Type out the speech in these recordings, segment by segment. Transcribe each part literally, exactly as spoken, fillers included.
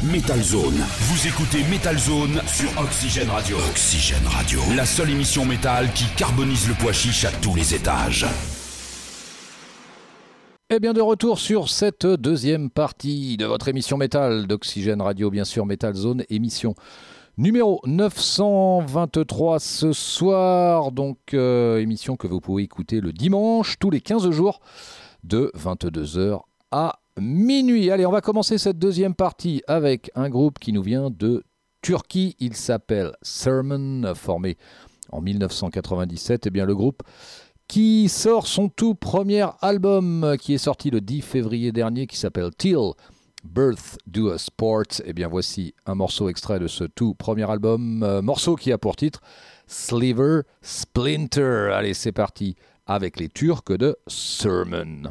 Metal Zone. Vous écoutez Metal Zone sur Oxygène Radio. Oxygène Radio. La seule émission métal qui carbonise le pois chiche à tous les étages. Et bien de retour sur cette deuxième partie de votre émission métal d'Oxygène Radio, bien sûr Metal Zone, émission numéro neuf cent vingt-trois ce soir, donc euh, émission que vous pouvez écouter le dimanche tous les quinze jours de vingt-deux heures à minuit. Allez, on va commencer cette deuxième partie avec un groupe qui nous vient de Turquie. Il s'appelle Sermon, formé en dix-neuf cent quatre-vingt-dix-sept. Et bien le groupe qui sort son tout premier album qui est sorti le dix février dernier, qui s'appelle Till Birth Do a Sport. Et bien voici un morceau extrait de ce tout premier album, euh, morceau qui a pour titre Sliver Splinter. Allez, c'est parti avec les Turcs de Sermon.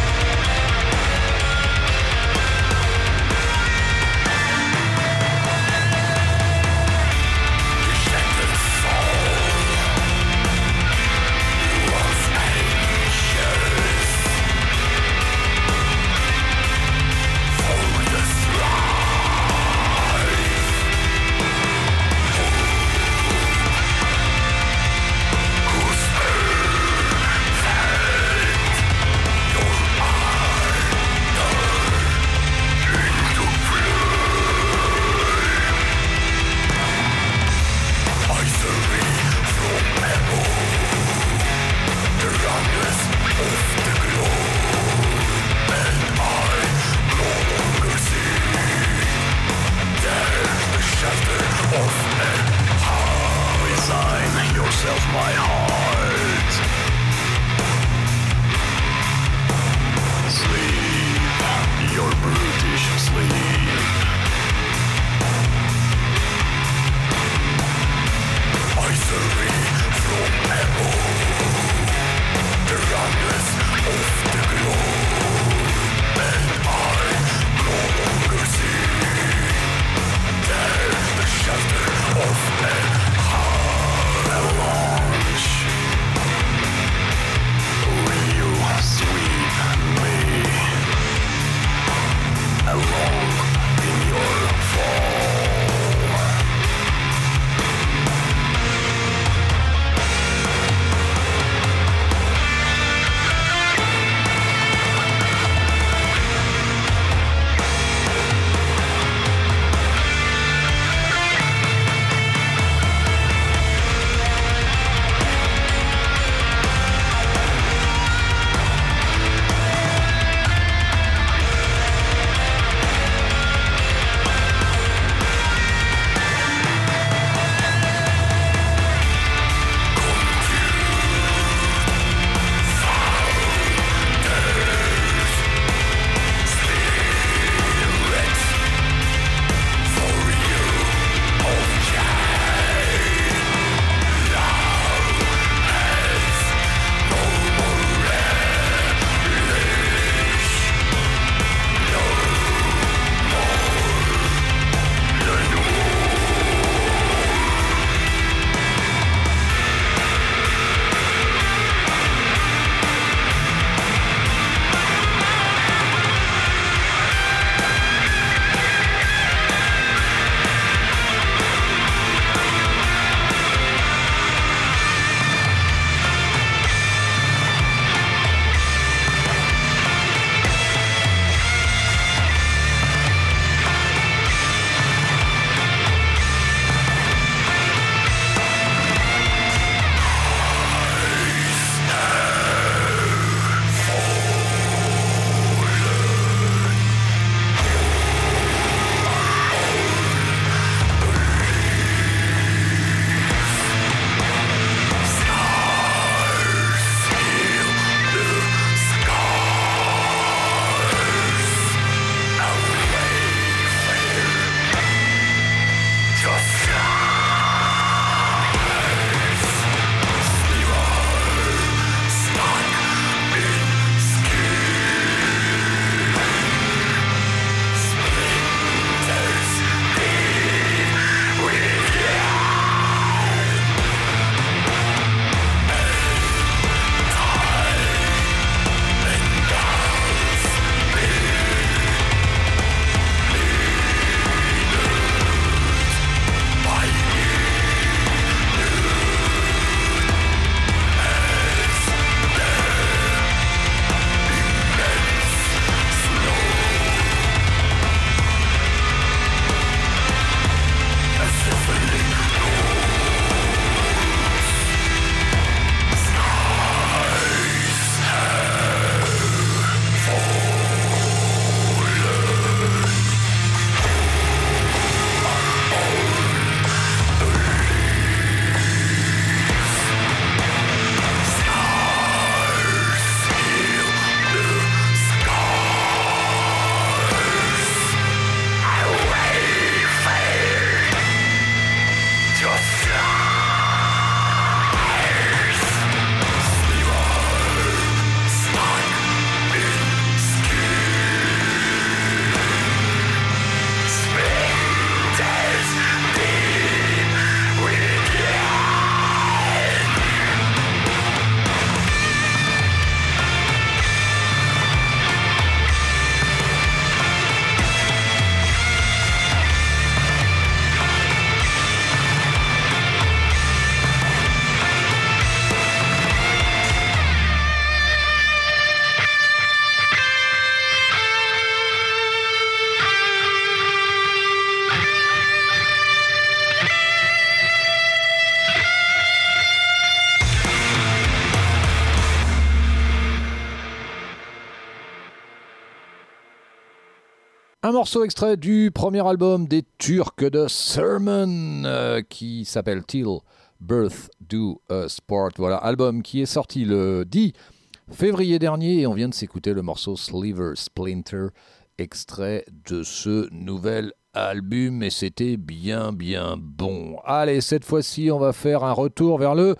We'll be right back. Un morceau extrait du premier album des Turcs de Sermon euh, qui s'appelle Till Birth Do a Sport. Voilà, album qui est sorti le dix février dernier et on vient de s'écouter le morceau Sliver Splinter, extrait de ce nouvel album et c'était bien bien bon. Allez, cette fois-ci, on va faire un retour vers le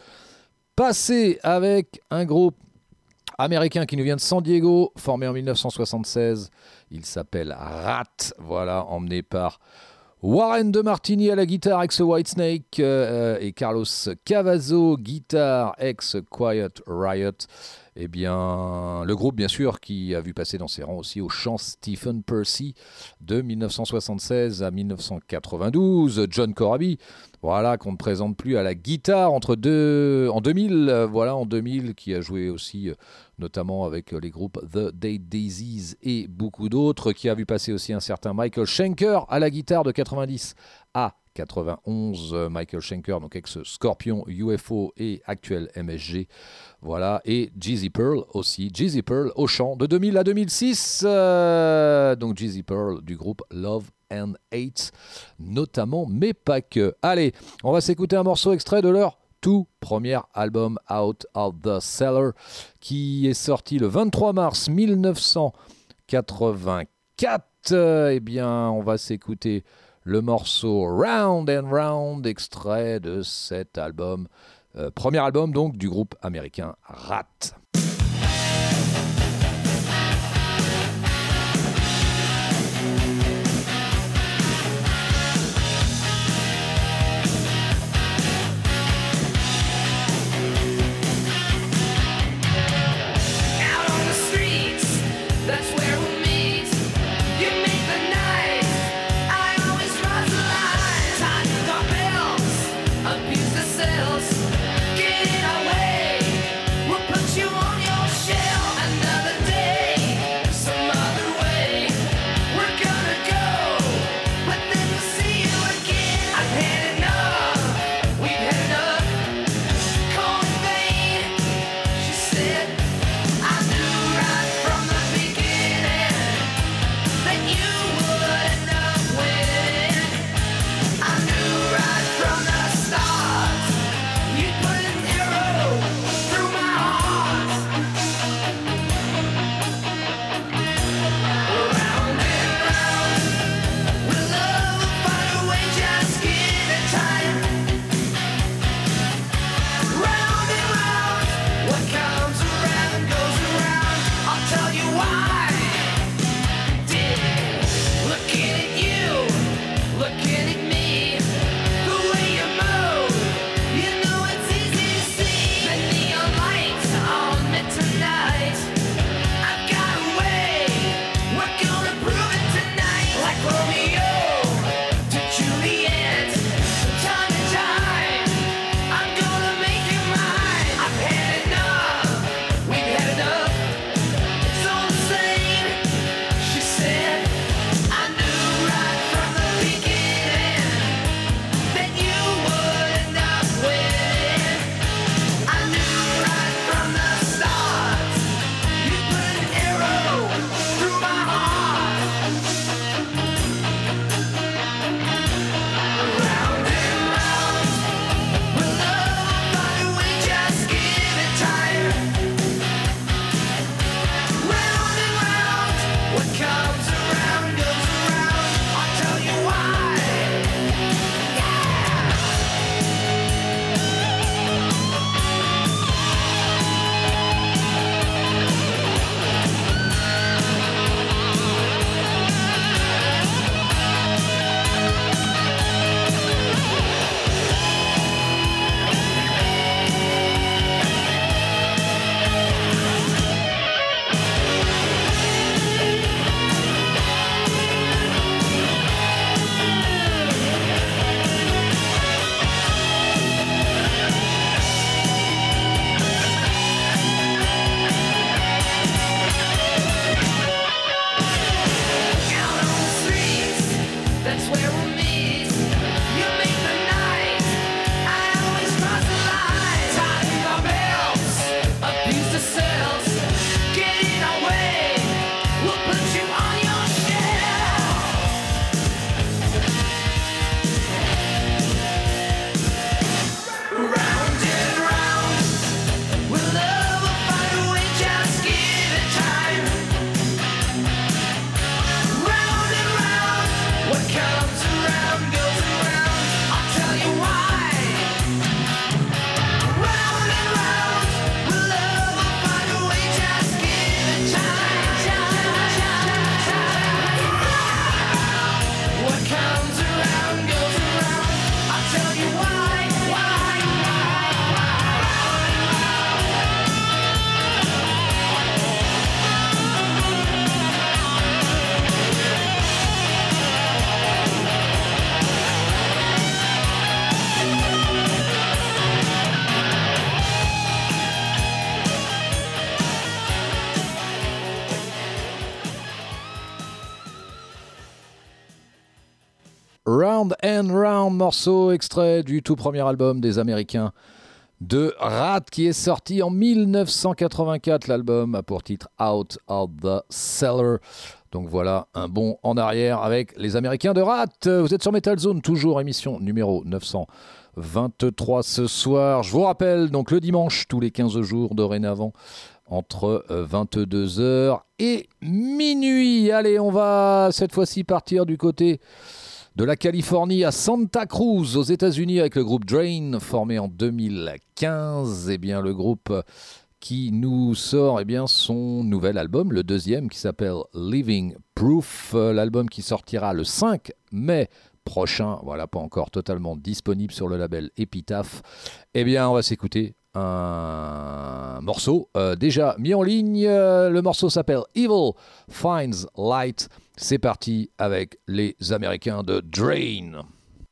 passé avec un groupe américain qui nous vient de San Diego, formé en dix-neuf cent soixante-seize. Il s'appelle Ratt, voilà, emmené par Warren De Martini à la guitare ex Whitesnake euh, et Carlos Cavazo, guitare ex Quiet Riot. Eh bien, le groupe, bien sûr, qui a vu passer dans ses rangs aussi au chant Stephen Percy de dix-neuf cent soixante-seize à dix-neuf cent quatre-vingt-douze. John Corabi, voilà, qu'on ne présente plus à la guitare entre deux, en deux mille, voilà, en deux mille, qui a joué aussi, notamment avec les groupes The Dead Daisies et beaucoup d'autres, qui a vu passer aussi un certain Michael Schenker à la guitare de quatre-vingt-dix à quatre-vingt-onze. Michael Schenker, donc ex-Scorpion, U F O et actuel M S G. Voilà, et Jeezy Pearl aussi. Jeezy Pearl au chant de deux mille à deux mille six. Euh, donc Jeezy Pearl du groupe Love and Hate, notamment, mais pas que. Allez, on va s'écouter un morceau extrait de leur tout premier album Out of the Cellar qui est sorti le vingt-trois mars dix-neuf cent quatre-vingt-quatre. Euh, eh bien, on va s'écouter le morceau Round and Round, extrait de cet album, euh, premier album donc du groupe américain Ratt. You Round and Round, morceau extrait du tout premier album des Américains de Ratt qui est sorti en dix-neuf cent quatre-vingt-quatre. L'album a pour titre Out of the Cellar. Donc voilà, un bond en arrière avec les Américains de Ratt. Vous êtes sur Metal Zone, toujours émission numéro neuf cent vingt-trois ce soir. Je vous rappelle, donc le dimanche, tous les quinze jours dorénavant, entre vingt-deux heures et minuit. Allez, on va cette fois-ci partir du côté de la Californie à Santa Cruz, aux États-Unis, avec le groupe Drain, formé en deux mille quinze. Eh bien, le groupe qui nous sort eh bien, son nouvel album, le deuxième, qui s'appelle Living Proof. L'album qui sortira le cinq mai prochain, voilà, pas encore totalement disponible sur le label Epitaph. Eh bien, on va s'écouter un morceau euh, déjà mis en ligne. Le morceau s'appelle Evil Finds Light. C'est parti avec les Américains de Drain.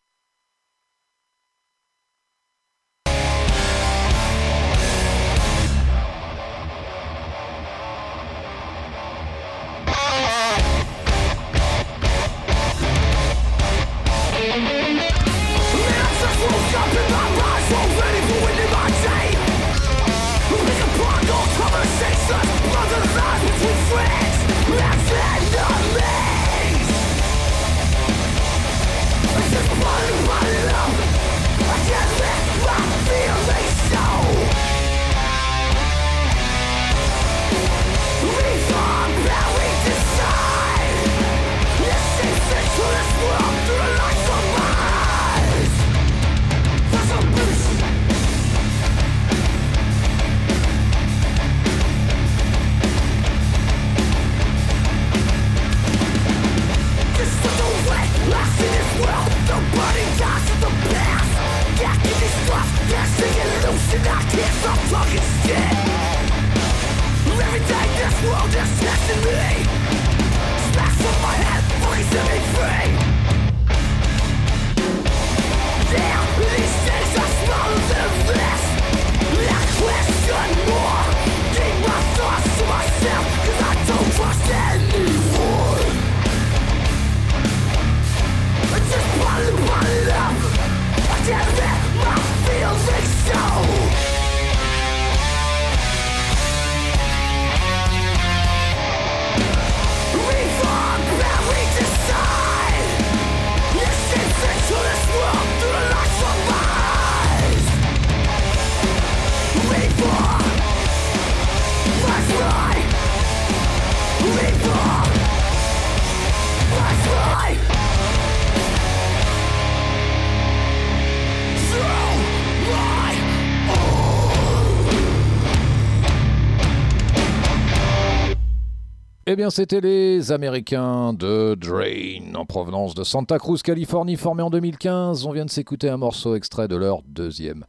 Eh bien, c'était les Américains de Drain, en provenance de Santa Cruz, Californie, formés en deux mille quinze. On vient de s'écouter un morceau extrait de leur deuxième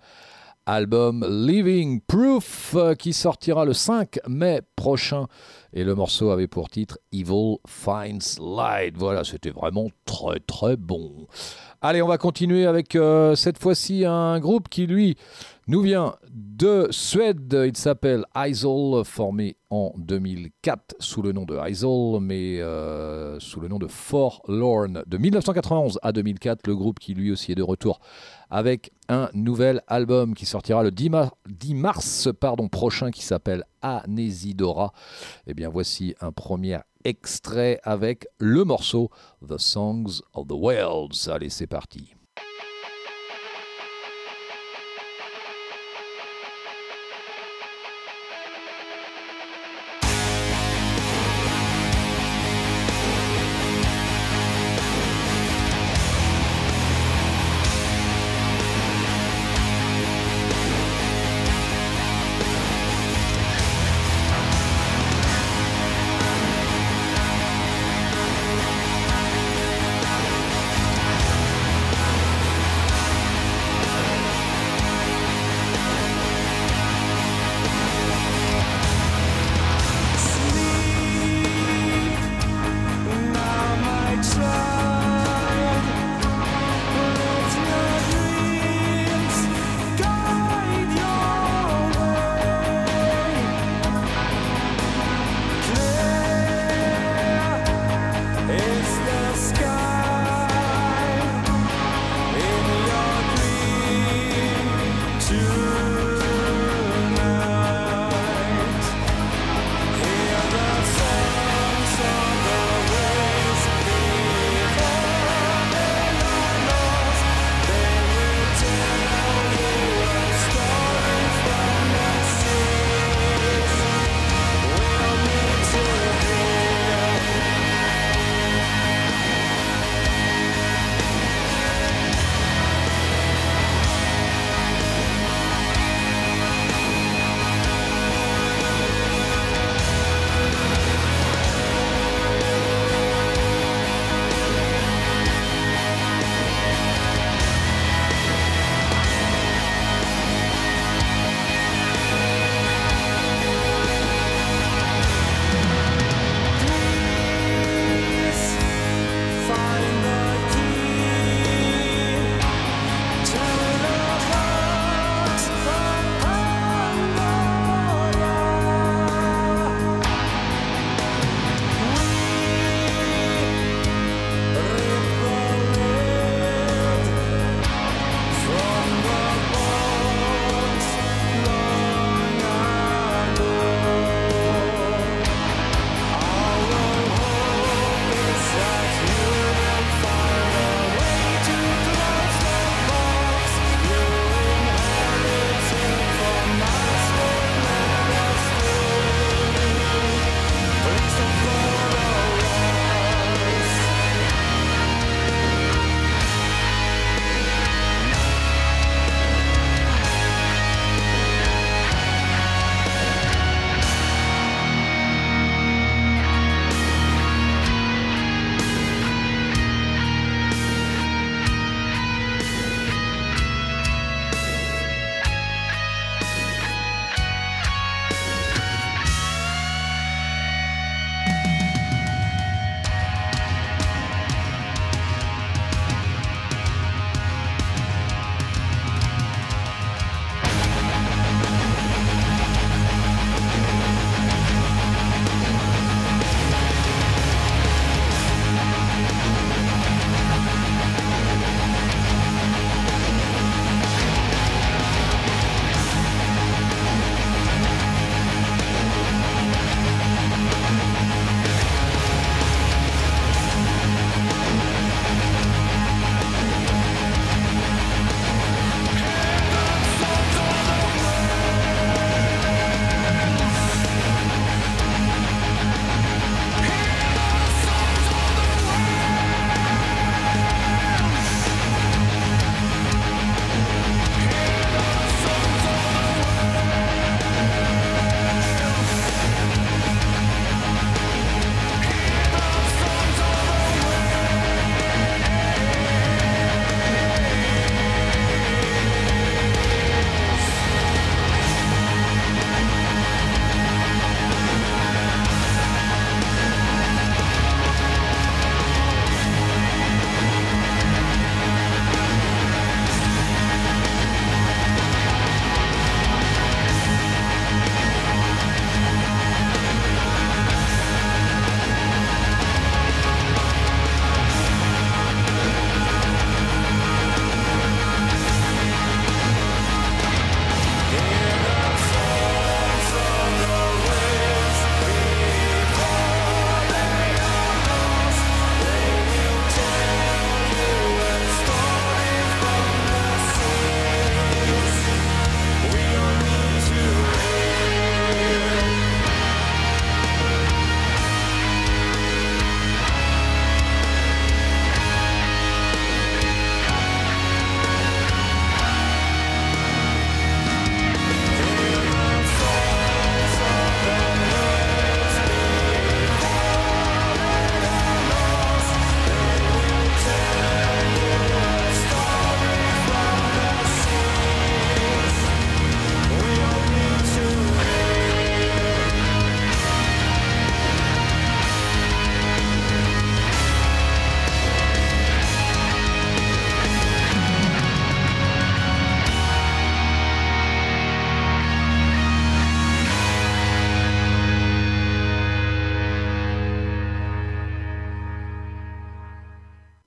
album, Living Proof, qui sortira le cinq mai prochain. Et le morceau avait pour titre Evil Finds Light. Voilà, c'était vraiment très très bon. Allez, on va continuer avec euh, cette fois-ci un groupe qui, lui, nous vient de Suède. Il s'appelle Isol, formé en deux mille quatre sous le nom de Isol, mais euh, sous le nom de Forlorn. De dix-neuf cent quatre-vingt-onze à deux mille quatre, le groupe qui lui aussi est de retour avec un nouvel album qui sortira le dix mars pardon, prochain, qui s'appelle Anesidora. Eh bien, voici un premier extrait avec le morceau The Songs of the Whales. Allez, c'est parti. We'll be right back.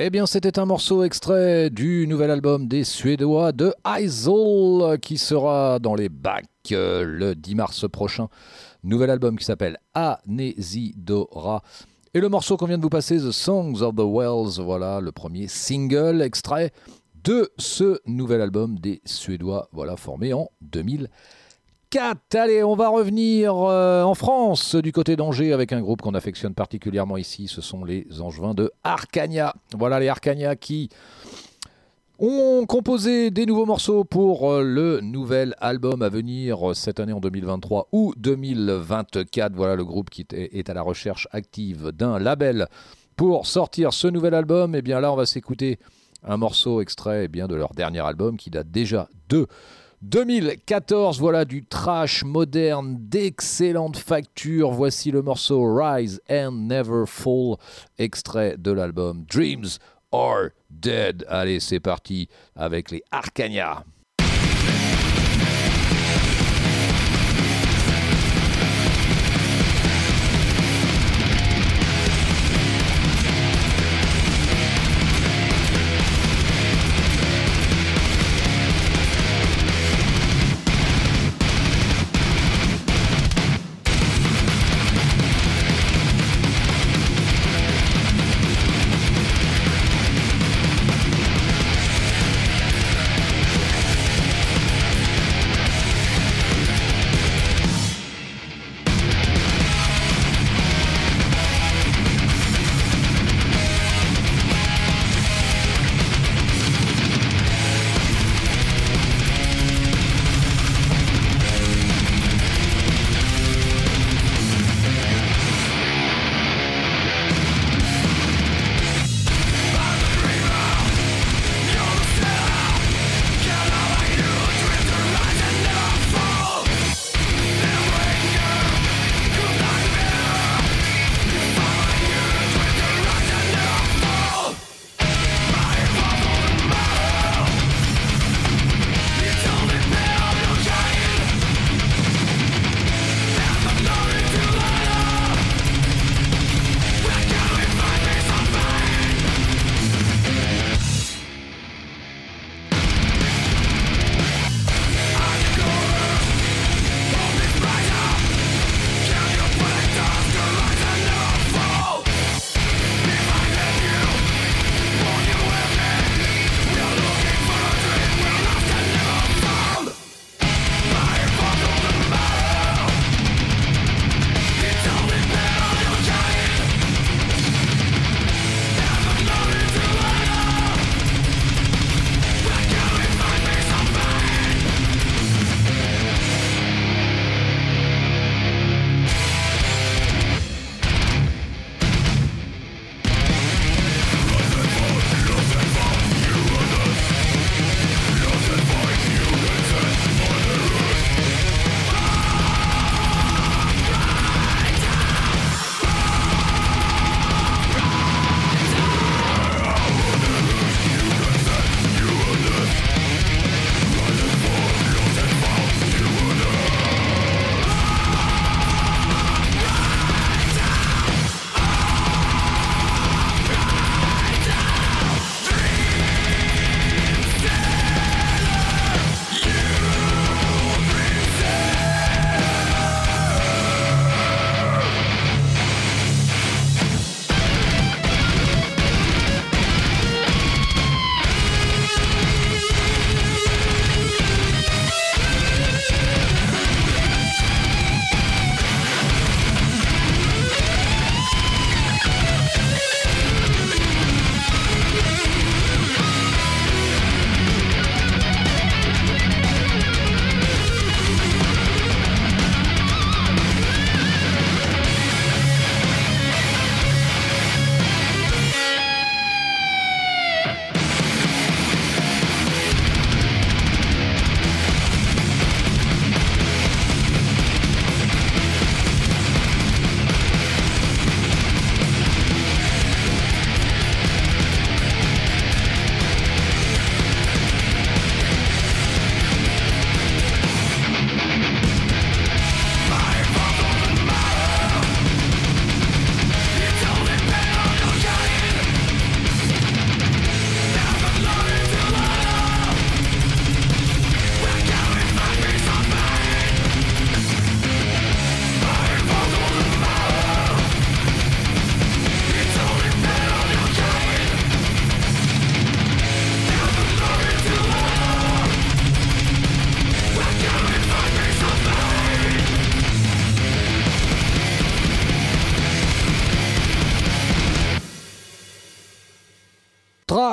Eh bien, c'était un morceau extrait du nouvel album des Suédois de Isol qui sera dans les bacs euh, le dix mars prochain. Nouvel album qui s'appelle Anesidora. Et le morceau qu'on vient de vous passer, The Songs of the Wells, voilà le premier single extrait de ce nouvel album des Suédois, voilà, formé en deux mille quatre. Allez, on va revenir euh, en France, du côté d'Angers, avec un groupe qu'on affectionne particulièrement ici. Ce sont les Angevins de Arcania. Voilà les Arcania qui ont composé des nouveaux morceaux pour euh, le nouvel album à venir euh, cette année en deux mille vingt-trois ou deux mille vingt-quatre. Voilà le groupe qui est, est à la recherche active d'un label pour sortir ce nouvel album. Et bien là, on va s'écouter un morceau extrait eh bien, de leur dernier album qui date déjà de deux mille quatorze, voilà du trash moderne d'excellente facture. Voici le morceau Rise and Never Fall, extrait de l'album Dreams Are Dead. Allez, c'est parti avec les Arcania.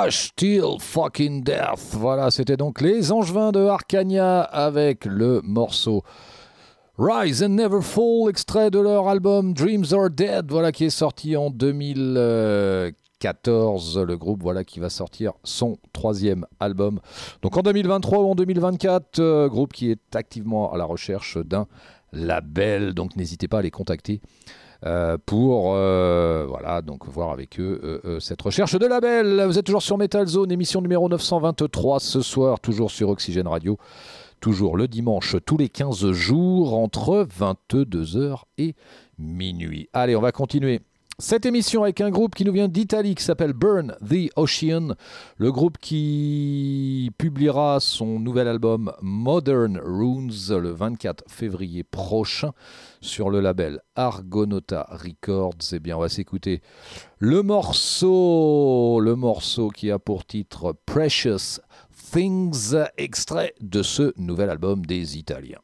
Crush Till Fucking Death. Voilà, c'était donc les Angevins de Arcania avec le morceau Rise and Never Fall, extrait de leur album Dreams Are Dead, voilà, qui est sorti en deux mille quatorze. Le groupe, voilà, qui va sortir son troisième album. Donc en deux mille vingt-trois ou en deux mille vingt-quatre, euh, groupe qui est activement à la recherche d'un label. Donc n'hésitez pas à les contacter. Euh, pour euh, voilà, donc voir avec eux euh, euh, cette recherche de label. Vous êtes toujours sur Metal Zone, émission numéro neuf cent vingt-trois ce soir, toujours sur Oxygène Radio, toujours le dimanche, tous les quinze jours, entre vingt-deux heures et minuit. Allez, on va continuer cette émission avec un groupe qui nous vient d'Italie, qui s'appelle Burn the Ocean. Le groupe qui publiera son nouvel album Modern Runes le vingt-quatre février prochain sur le label Argonauta Records. Eh bien, on va s'écouter le morceau, le morceau qui a pour titre Precious Things, extrait de ce nouvel album des Italiens.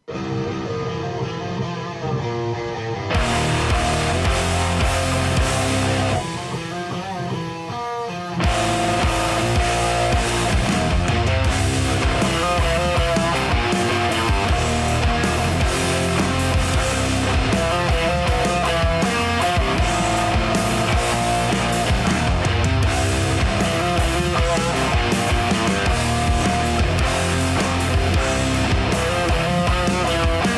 We'll be right back.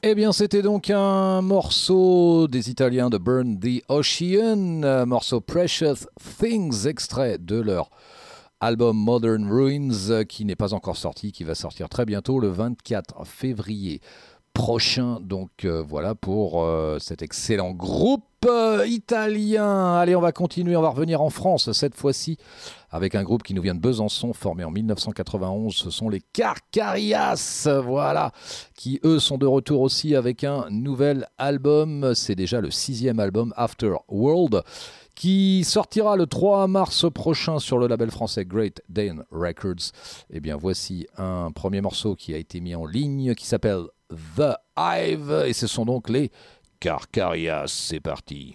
Eh bien, c'était donc un morceau des Italiens de Burn the Ocean, un morceau Precious Things, extrait de leur album Modern Ruins, qui n'est pas encore sorti, qui va sortir très bientôt, le vingt-quatre février prochain. Donc euh, voilà pour euh, cet excellent groupe euh, italien. Allez, on va continuer, on va revenir en France, cette fois-ci, avec un groupe qui nous vient de Besançon, formé en dix-neuf cent quatre-vingt-onze. Ce sont les Carcarias, voilà, qui eux sont de retour aussi avec un nouvel album. C'est déjà le sixième album, After World, qui sortira le trois mars prochain sur le label français Great Dane Records. Eh bien, voici un premier morceau qui a été mis en ligne, qui s'appelle The Hive, et ce sont donc les Carcarias. C'est parti.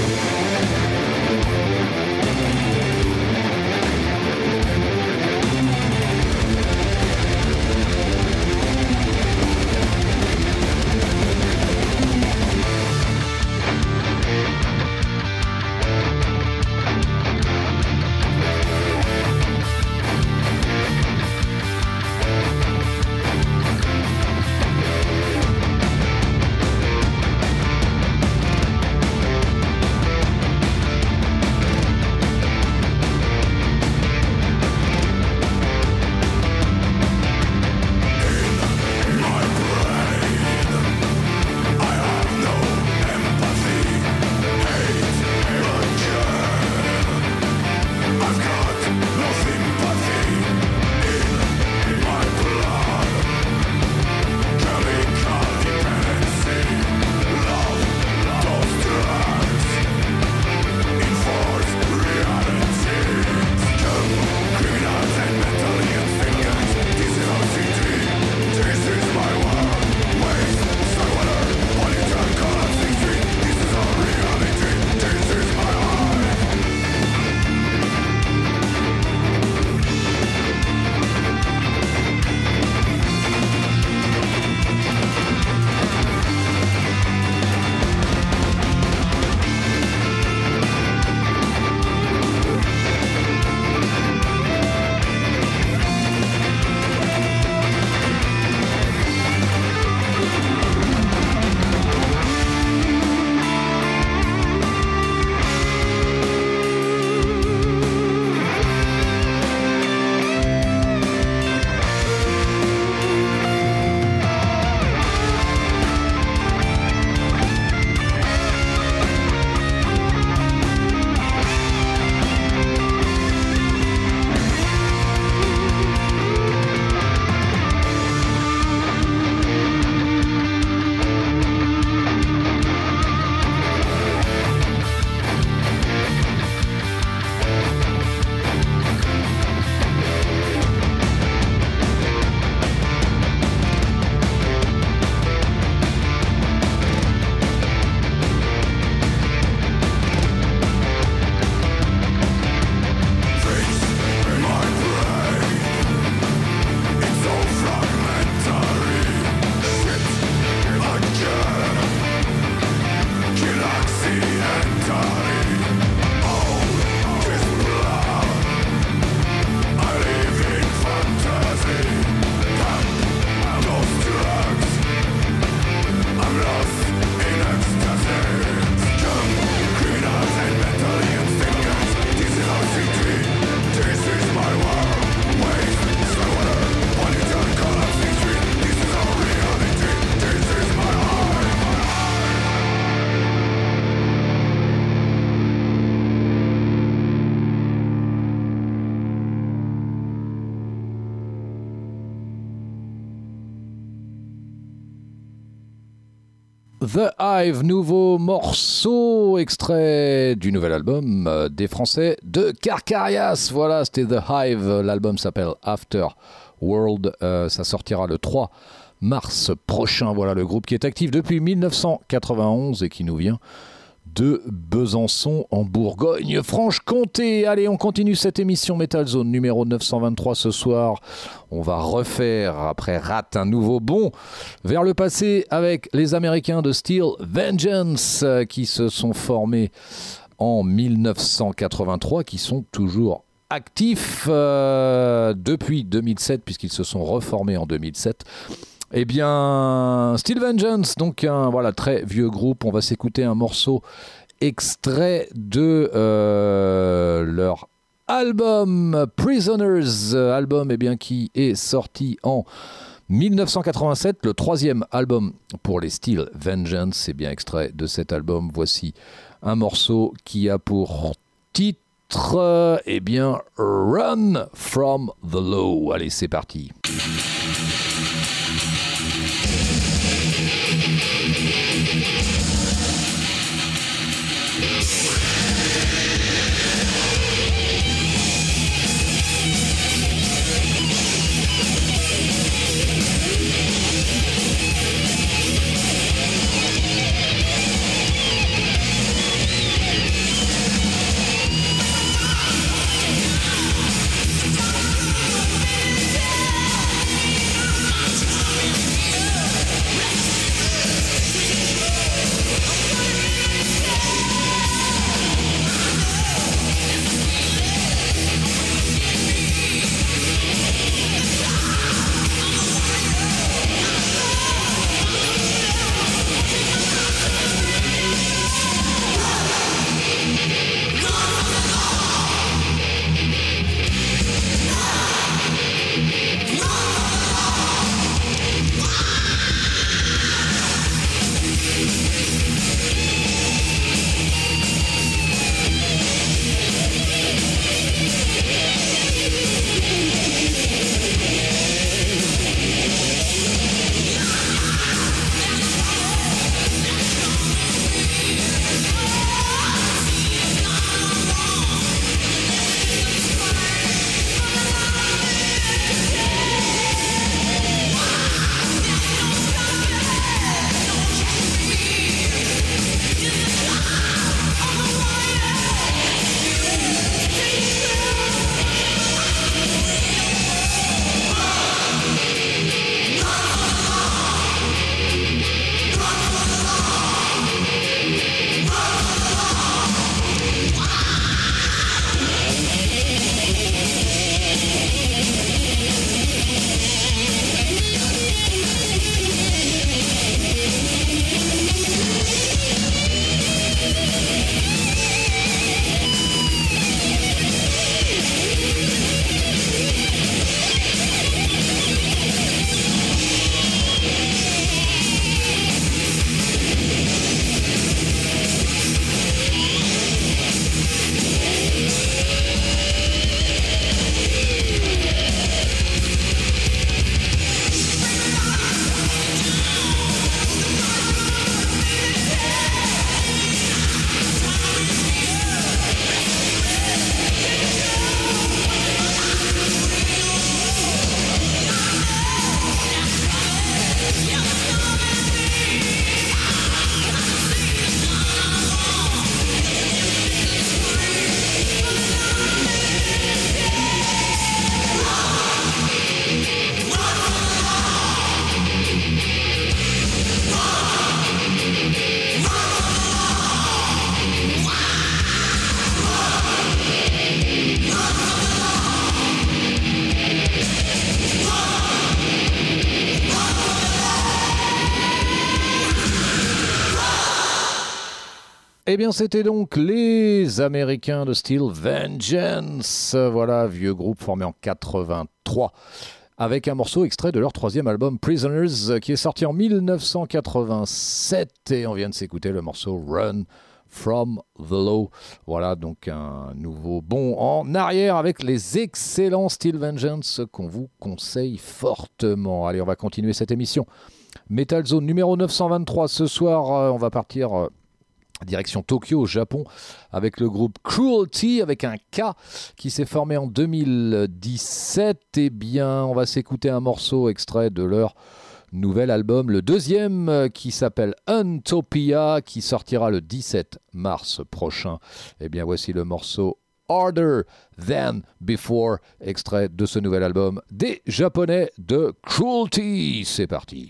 The Hive, nouveau morceau, extrait du nouvel album euh, des Français de Carcarias. Voilà, c'était The Hive, l'album s'appelle After World, euh, ça sortira le trois mars prochain. Voilà le groupe qui est actif depuis dix-neuf cent quatre-vingt-onze et qui nous vient de Besançon en Bourgogne-Franche-Comté. Allez, on continue cette émission Metal Zone numéro neuf cent vingt-trois ce soir. On va refaire, après Rat, un nouveau bond vers le passé avec les Américains de Steel Vengeance qui se sont formés en dix-neuf cent quatre-vingt-trois, qui sont toujours actifs euh, depuis deux mille sept puisqu'ils se sont reformés en deux mille sept. Eh bien, Steel Vengeance, donc un voilà, très vieux groupe. On va s'écouter un morceau extrait de euh, leur album Prisoners, album eh bien, qui est sorti en dix-neuf cent quatre-vingt-sept, le troisième album pour les Steel Vengeance. C'est bien extrait de cet album. Voici un morceau qui a pour titre eh bien, Run from the Law. Allez, c'est parti. Eh bien, c'était donc les Américains de Steel Vengeance. Voilà, vieux groupe formé en quatre-vingt-trois. Avec un morceau extrait de leur troisième album Prisoners, qui est sorti en dix-neuf cent quatre-vingt-sept. Et on vient de s'écouter le morceau Run from the Law. Voilà, donc un nouveau bond en arrière avec les excellents Steel Vengeance qu'on vous conseille fortement. Allez, on va continuer cette émission. Metal Zone numéro neuf cent vingt-trois. Ce soir, on va partir direction Tokyo, au Japon, avec le groupe Cruelty, avec un K, qui s'est formé en deux mille dix-sept. Eh bien, on va s'écouter un morceau extrait de leur nouvel album, le deuxième, qui s'appelle Untopia, qui sortira le dix-sept mars prochain. Eh bien, voici le morceau Harder Than Before, extrait de ce nouvel album des Japonais de Cruelty. C'est parti.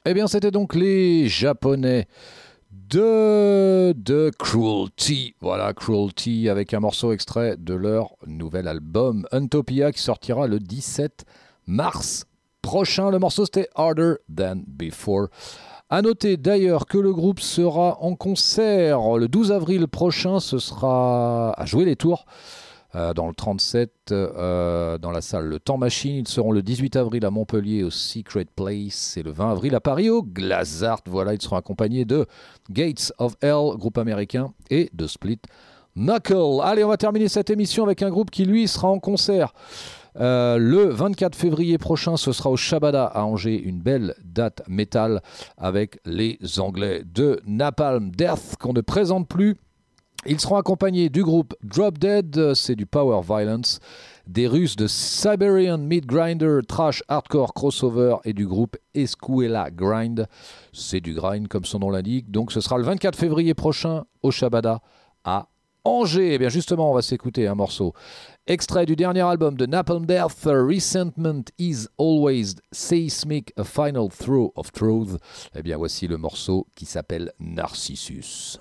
Eh bien, c'était donc les Japonais de, de Cruelty. Voilà, Cruelty avec un morceau extrait de leur nouvel album Untopia qui sortira le dix-sept mars prochain. Le morceau, c'était Harder Than Before. A noter d'ailleurs que le groupe sera en concert le douze avril prochain. Ce sera à Jouer les Tours. Euh, dans le trente-sept, euh, dans la salle Le Temps Machine. Ils seront le dix-huit avril à Montpellier au Secret Place et le vingt avril à Paris au Glazart. Voilà, ils seront accompagnés de Gates of Hell, groupe américain, et de Split Knuckle. Allez, on va terminer cette émission avec un groupe qui, lui, sera en concert euh, le vingt-quatre février prochain. Ce sera au Shabada à Angers, une belle date métal avec les Anglais de Napalm Death qu'on ne présente plus. Ils seront accompagnés du groupe Drop Dead, c'est du Power Violence, des Russes de Siberian Meat Grinder, Trash Hardcore Crossover et du groupe Escuela Grind, c'est du grind comme son nom l'indique. Donc ce sera le vingt-quatre février prochain au Shabada à Angers. Et bien justement, on va s'écouter un morceau extrait du dernier album de Napalm Death, Resentment is Always Seismic, A Final Throw of Truth. Et bien voici le morceau qui s'appelle Narcissus.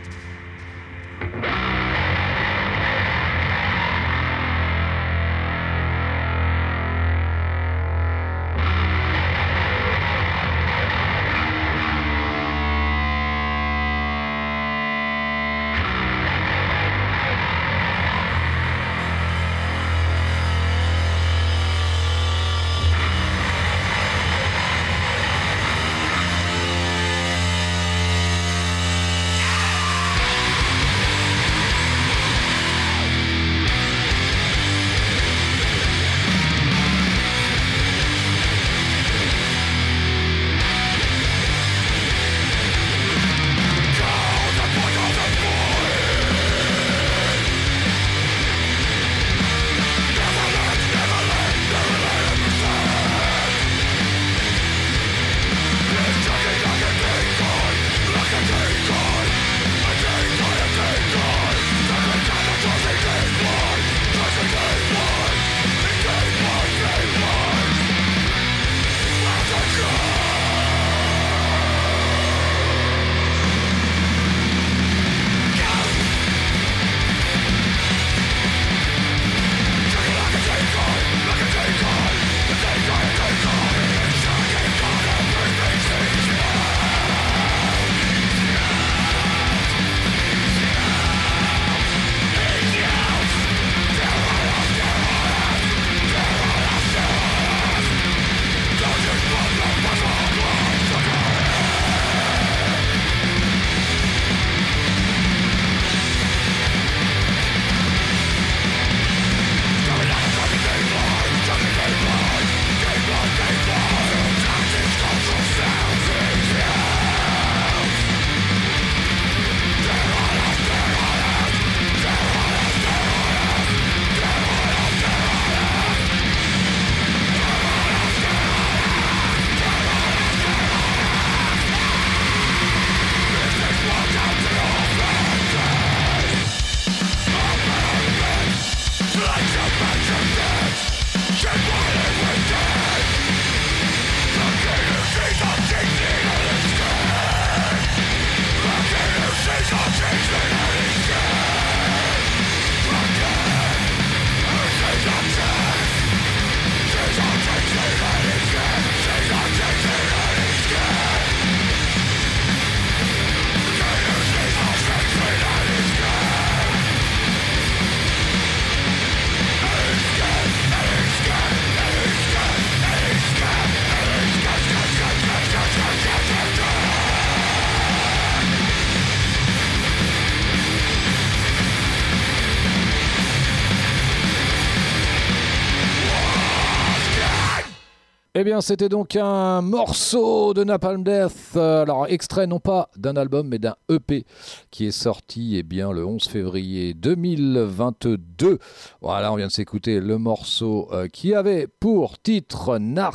Eh bien, c'était donc un morceau de Napalm Death, alors extrait non pas d'un album, mais d'un E P qui est sorti eh bien, le onze février deux mille vingt-deux. Voilà, on vient de s'écouter le morceau euh, qui avait pour titre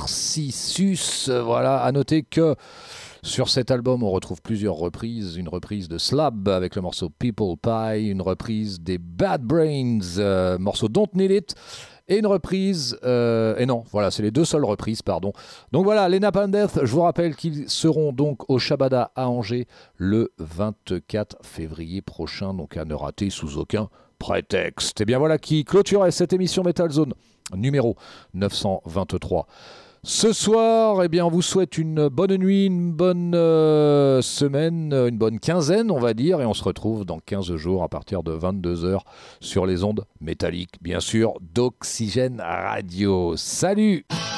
Narcissus. Voilà, à noter que sur cet album, on retrouve plusieurs reprises. Une reprise de Slab avec le morceau People Pie, une reprise des Bad Brains, euh, morceau Don't Need It, et une reprise, euh, et non, voilà, c'est les deux seules reprises, pardon. Donc voilà, les Napalm Death, je vous rappelle qu'ils seront donc au Shabada à Angers le vingt-quatre février prochain, donc à ne rater sous aucun prétexte. Et bien voilà qui clôturait cette émission Metal Zone numéro neuf cent vingt-trois. Ce soir, eh bien, on vous souhaite une bonne nuit, une bonne euh, semaine, une bonne quinzaine, on va dire, et on se retrouve dans quinze jours à partir de vingt-deux heures sur les ondes métalliques, bien sûr, d'Oxygène Radio. Salut!